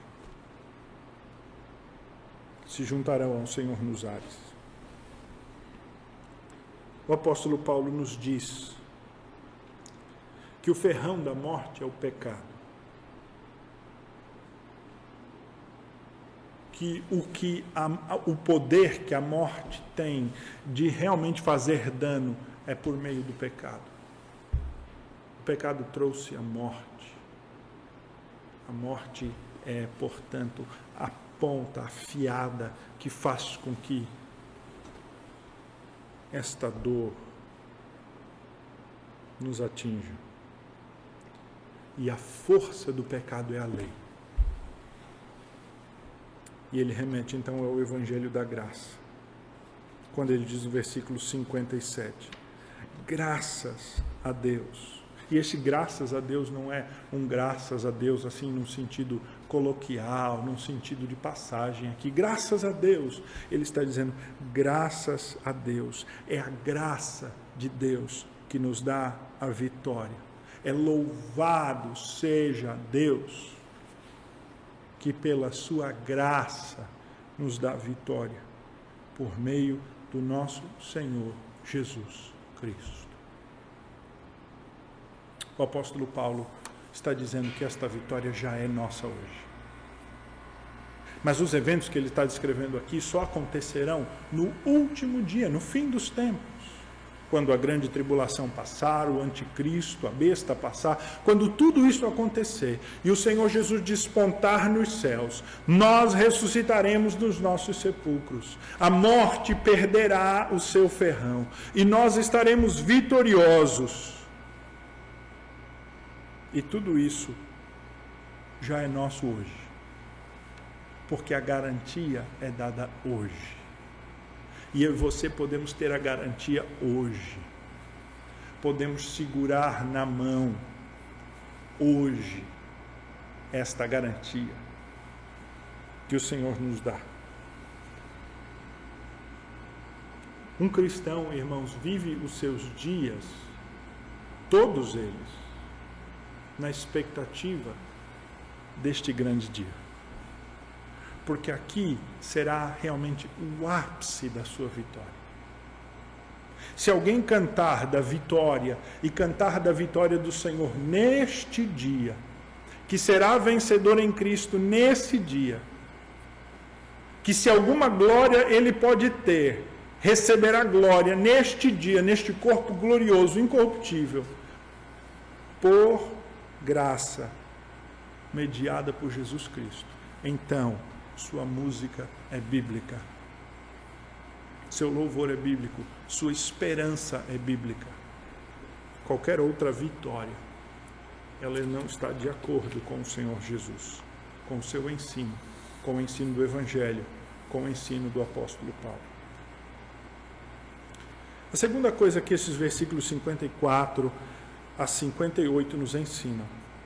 se juntarão ao Senhor nos ares. O apóstolo Paulo nos diz que o ferrão da morte é o pecado. Que o, que a, o poder que a morte tem de realmente fazer dano é por meio do pecado. O pecado trouxe a morte. A morte é, portanto, a ponta afiada que faz com que esta dor nos atinja. E a força do pecado é a lei. E ele remete então ao Evangelho da Graça, quando ele diz no versículo cinquenta e sete, graças a Deus. E esse graças a Deus não é um graças a Deus assim num sentido coloquial, num sentido de passagem aqui. Graças a Deus. Ele está dizendo graças a Deus. É a graça de Deus que nos dá a vitória. É louvado seja Deus que pela sua graça nos dá vitória por meio do nosso Senhor Jesus Cristo. O apóstolo Paulo está dizendo que esta vitória já é nossa hoje. Mas os eventos que ele está descrevendo aqui só acontecerão no último dia, no fim dos tempos. Quando a grande tribulação passar, o anticristo, a besta passar, quando tudo isso acontecer e o Senhor Jesus despontar nos céus, nós ressuscitaremos dos nossos sepulcros. A morte perderá o seu ferrão e nós estaremos vitoriosos. E tudo isso já é nosso hoje, porque a garantia é dada hoje. E eu e você podemos ter a garantia hoje. Podemos segurar na mão hoje esta garantia que o Senhor nos dá. Um cristão, irmãos, vive os seus dias, todos eles, na expectativa deste grande dia. Porque aqui será realmente o ápice da sua vitória. Se alguém cantar da vitória e cantar da vitória do Senhor neste dia, que será vencedor em Cristo nesse dia, que se alguma glória ele pode ter, receberá glória neste dia, neste corpo glorioso, incorruptível, por graça, mediada por Jesus Cristo. Então, sua música é bíblica, seu louvor é bíblico, sua esperança é bíblica. Qualquer outra vitória, ela não está de acordo com o Senhor Jesus, com o seu ensino, com o ensino do Evangelho, com o ensino do apóstolo Paulo. A segunda coisa que esses versículos cinquenta e quatro a cinquenta e oito nos ensinam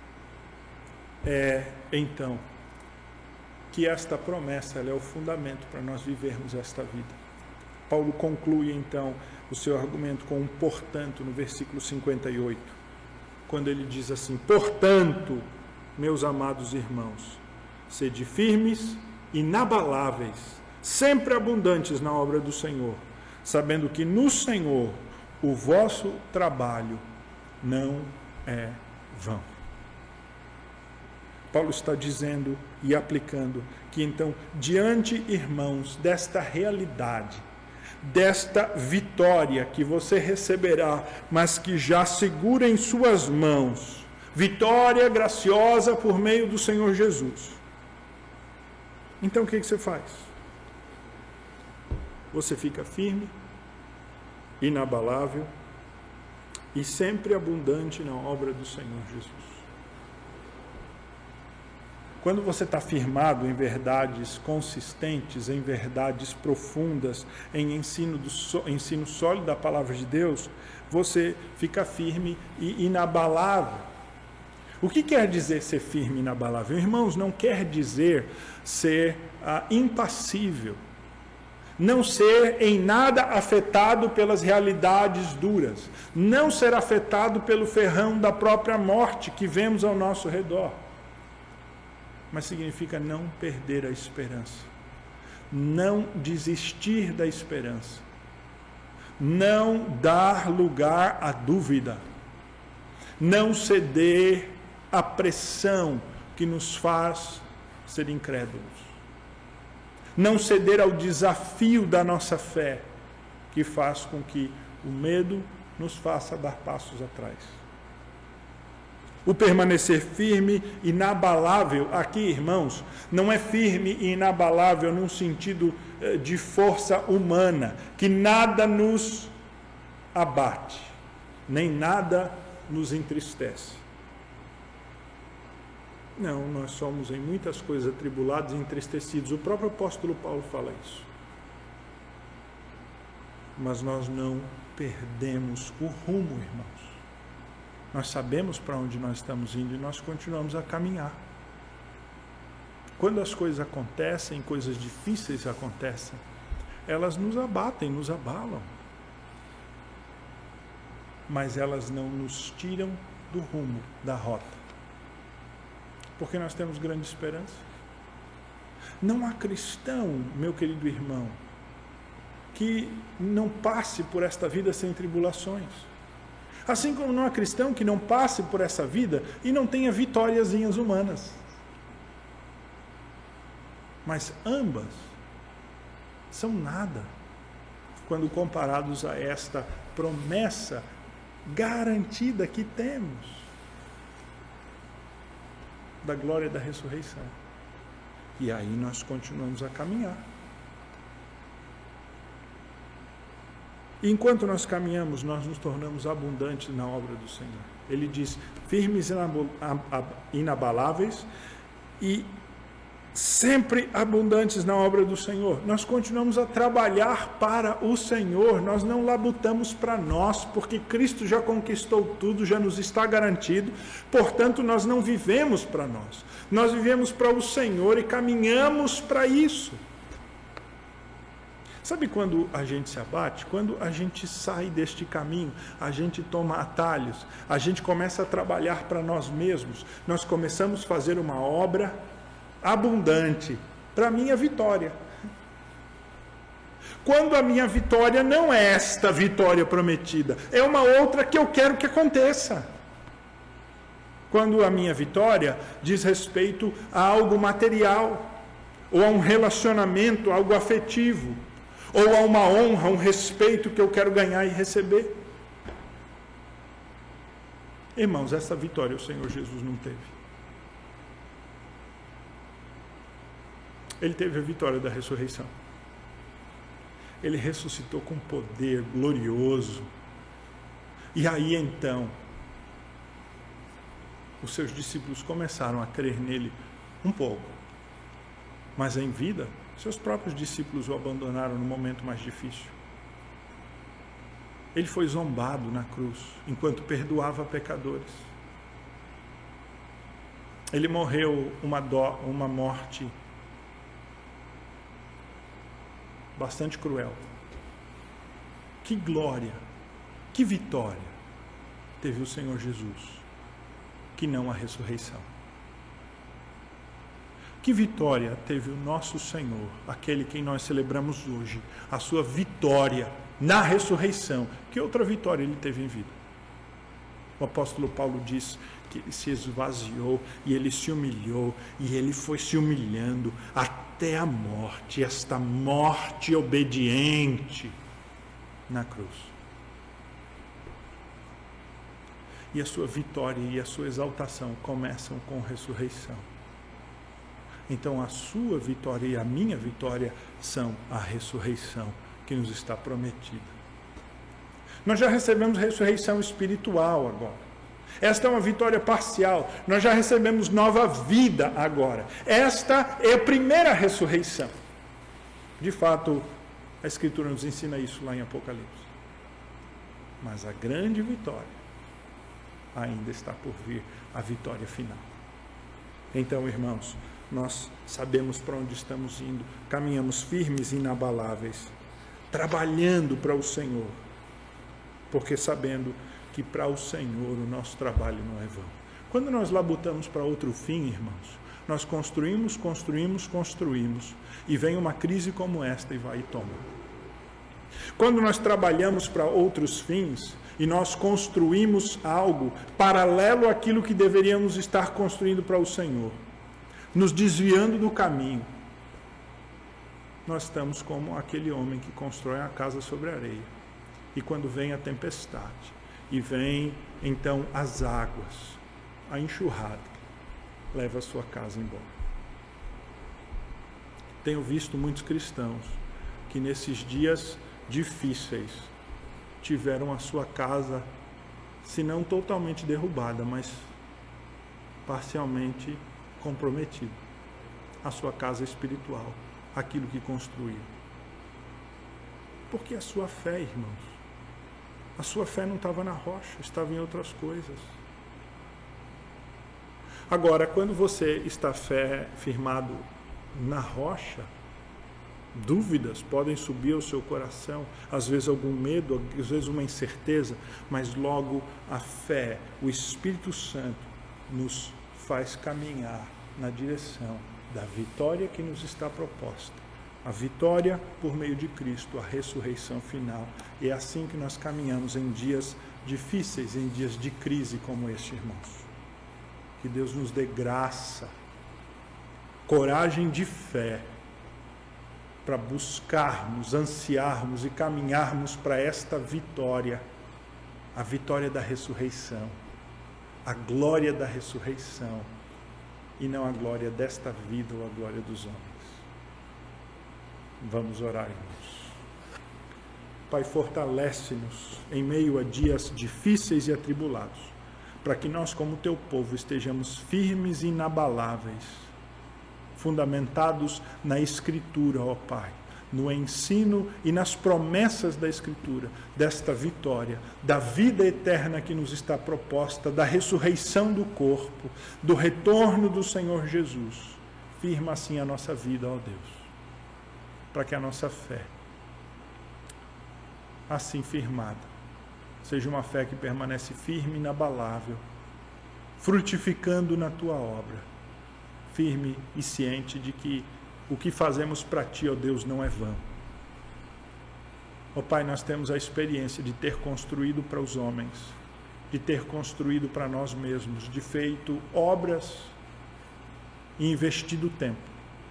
é, então, que esta promessa ela é o fundamento para nós vivermos esta vida. Paulo conclui, então, o seu argumento com um portanto no versículo cinquenta e oito, quando ele diz assim, portanto, meus amados irmãos, sede firmes, inabaláveis, sempre abundantes na obra do Senhor, sabendo que no Senhor o vosso trabalho não é vão. Paulo está dizendo e aplicando que então, diante, irmãos, desta realidade, desta vitória que você receberá, mas que já segura em suas mãos, vitória graciosa por meio do Senhor Jesus. Então o que você faz? Você fica firme, inabalável e sempre abundante na obra do Senhor Jesus. Quando você está firmado em verdades consistentes, em verdades profundas, em ensino, do, ensino sólido da palavra de Deus, você fica firme e inabalável. O que quer dizer ser firme e inabalável? Irmãos, não quer dizer ser ah, impassível. Não ser em nada afetado pelas realidades duras. Não ser afetado pelo ferrão da própria morte que vemos ao nosso redor. Mas significa não perder a esperança. Não desistir da esperança. Não dar lugar à dúvida. Não ceder à pressão que nos faz ser incrédulos. Não ceder ao desafio da nossa fé, que faz com que o medo nos faça dar passos atrás. O permanecer firme, inabalável, aqui, irmãos, não é firme e inabalável num sentido de força humana, que nada nos abate, nem nada nos entristece. Não, nós somos em muitas coisas atribulados e entristecidos. O próprio apóstolo Paulo fala isso. Mas nós não perdemos o rumo, irmãos. Nós sabemos para onde nós estamos indo e nós continuamos a caminhar. Quando as coisas acontecem, coisas difíceis acontecem, elas nos abatem, nos abalam. Mas elas não nos tiram do rumo, da rota. Porque nós temos grande esperança. Não há cristão, meu querido irmão, que não passe por esta vida sem tribulações. Assim como não há cristão que não passe por essa vida e não tenha vitóriazinhas humanas. Mas ambas são nada quando comparados a esta promessa garantida que temos da glória da ressurreição. E aí nós continuamos a caminhar. E enquanto nós caminhamos, nós nos tornamos abundantes na obra do Senhor. Ele diz, firmes e inabaláveis e sempre abundantes na obra do Senhor. Nós continuamos a trabalhar para o Senhor, nós não labutamos para nós, porque Cristo já conquistou tudo, já nos está garantido, portanto nós não vivemos para nós, nós vivemos para o Senhor e caminhamos para isso. Sabe quando a gente se abate? Quando a gente sai deste caminho, a gente toma atalhos, a gente começa a trabalhar para nós mesmos, nós começamos a fazer uma obra abundante para a minha vitória. Quando a minha vitória não é esta vitória prometida, é uma outra que eu quero que aconteça. Quando a minha vitória diz respeito a algo material, ou a um relacionamento, algo afetivo, ou a uma honra, um respeito que eu quero ganhar e receber. Irmãos, essa vitória o Senhor Jesus não teve. Ele teve a vitória da ressurreição. Ele ressuscitou com poder glorioso. E aí então, os seus discípulos começaram a crer nele um pouco. Mas em vida, seus próprios discípulos o abandonaram no momento mais difícil. Ele foi zombado na cruz, enquanto perdoava pecadores. Ele morreu uma, dó, uma morte bastante cruel. Que glória, que vitória teve o Senhor Jesus, que não a ressurreição. Que vitória teve o nosso Senhor, aquele quem nós celebramos hoje, a sua vitória na ressurreição. Que outra vitória ele teve em vida? O apóstolo Paulo diz que ele se esvaziou e ele se humilhou e ele foi se humilhando até a morte, esta morte obediente na cruz. E a sua vitória e a sua exaltação começam com a ressurreição. Então a sua vitória e a minha vitória são a ressurreição que nos está prometida. Nós já recebemos ressurreição espiritual agora. Esta é uma vitória parcial. Nós já recebemos nova vida agora. Esta é a primeira ressurreição. De fato, a Escritura nos ensina isso lá em Apocalipse. Mas a grande vitória ainda está por vir, a vitória final. Então, irmãos, nós sabemos para onde estamos indo, caminhamos firmes e inabaláveis, trabalhando para o Senhor, porque sabendo que para o Senhor o nosso trabalho não é vão. Quando nós labutamos para outro fim, irmãos, nós construímos, construímos, construímos, e vem uma crise como esta e vai e toma. Quando nós trabalhamos para outros fins, e nós construímos algo paralelo àquilo que deveríamos estar construindo para o Senhor, nos desviando do caminho, nós estamos como aquele homem que constrói a casa sobre a areia. E quando vem a tempestade, e vem então as águas, a enxurrada, leva a sua casa embora. Tenho visto muitos cristãos que nesses dias difíceis tiveram a sua casa, se não totalmente derrubada, mas parcialmente comprometida. A sua casa espiritual, aquilo que construiu. Porque a sua fé, irmãos, a sua fé não estava na rocha, estava em outras coisas. Agora, quando você está fé firmado na rocha, dúvidas podem subir ao seu coração, às vezes algum medo, às vezes uma incerteza, mas logo a fé, o Espírito Santo nos faz caminhar na direção da vitória que nos está proposta. A vitória por meio de Cristo, a ressurreição final. E é assim que nós caminhamos em dias difíceis, em dias de crise como este, irmãos. Que Deus nos dê graça, coragem de fé, para buscarmos, ansiarmos e caminharmos para esta vitória, a vitória da ressurreição, a glória da ressurreição, e não a glória desta vida ou a glória dos homens. Vamos orar, irmãos. Pai, fortalece-nos em meio a dias difíceis e atribulados, para que nós, como teu povo, estejamos firmes e inabaláveis, fundamentados na Escritura, ó Pai, no ensino e nas promessas da Escritura, desta vitória, da vida eterna que nos está proposta, da ressurreição do corpo, do retorno do Senhor Jesus. Firma assim a nossa vida, ó Deus, para que a nossa fé, assim firmada, seja uma fé que permanece firme e inabalável, frutificando na tua obra, firme e ciente de que o que fazemos para ti, ó Deus, não é vão. Ó Pai, nós temos a experiência de ter construído para os homens, de ter construído para nós mesmos, de feito obras e investido tempo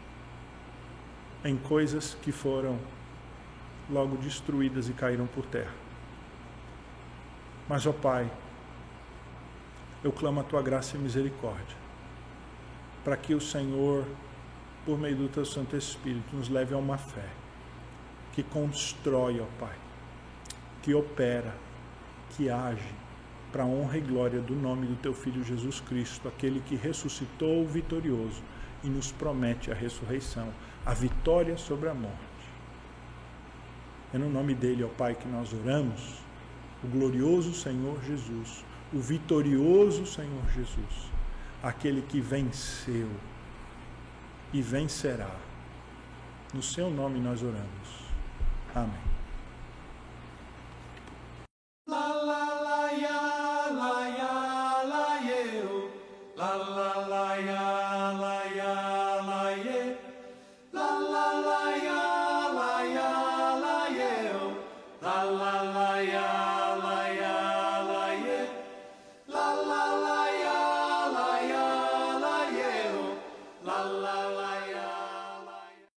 em coisas que foram logo destruídas e caíram por terra. Mas, ó Pai, eu clamo a tua graça e misericórdia, para que o Senhor, por meio do teu Santo Espírito, nos leve a uma fé que constrói, ó Pai, que opera, que age para a honra e glória do nome do teu Filho Jesus Cristo, aquele que ressuscitou vitorioso e nos promete a ressurreição, a vitória sobre a morte. É no nome dele, ó Pai, que nós oramos, o glorioso Senhor Jesus, o vitorioso Senhor Jesus, aquele que venceu e vencerá. No seu nome nós oramos. Amém.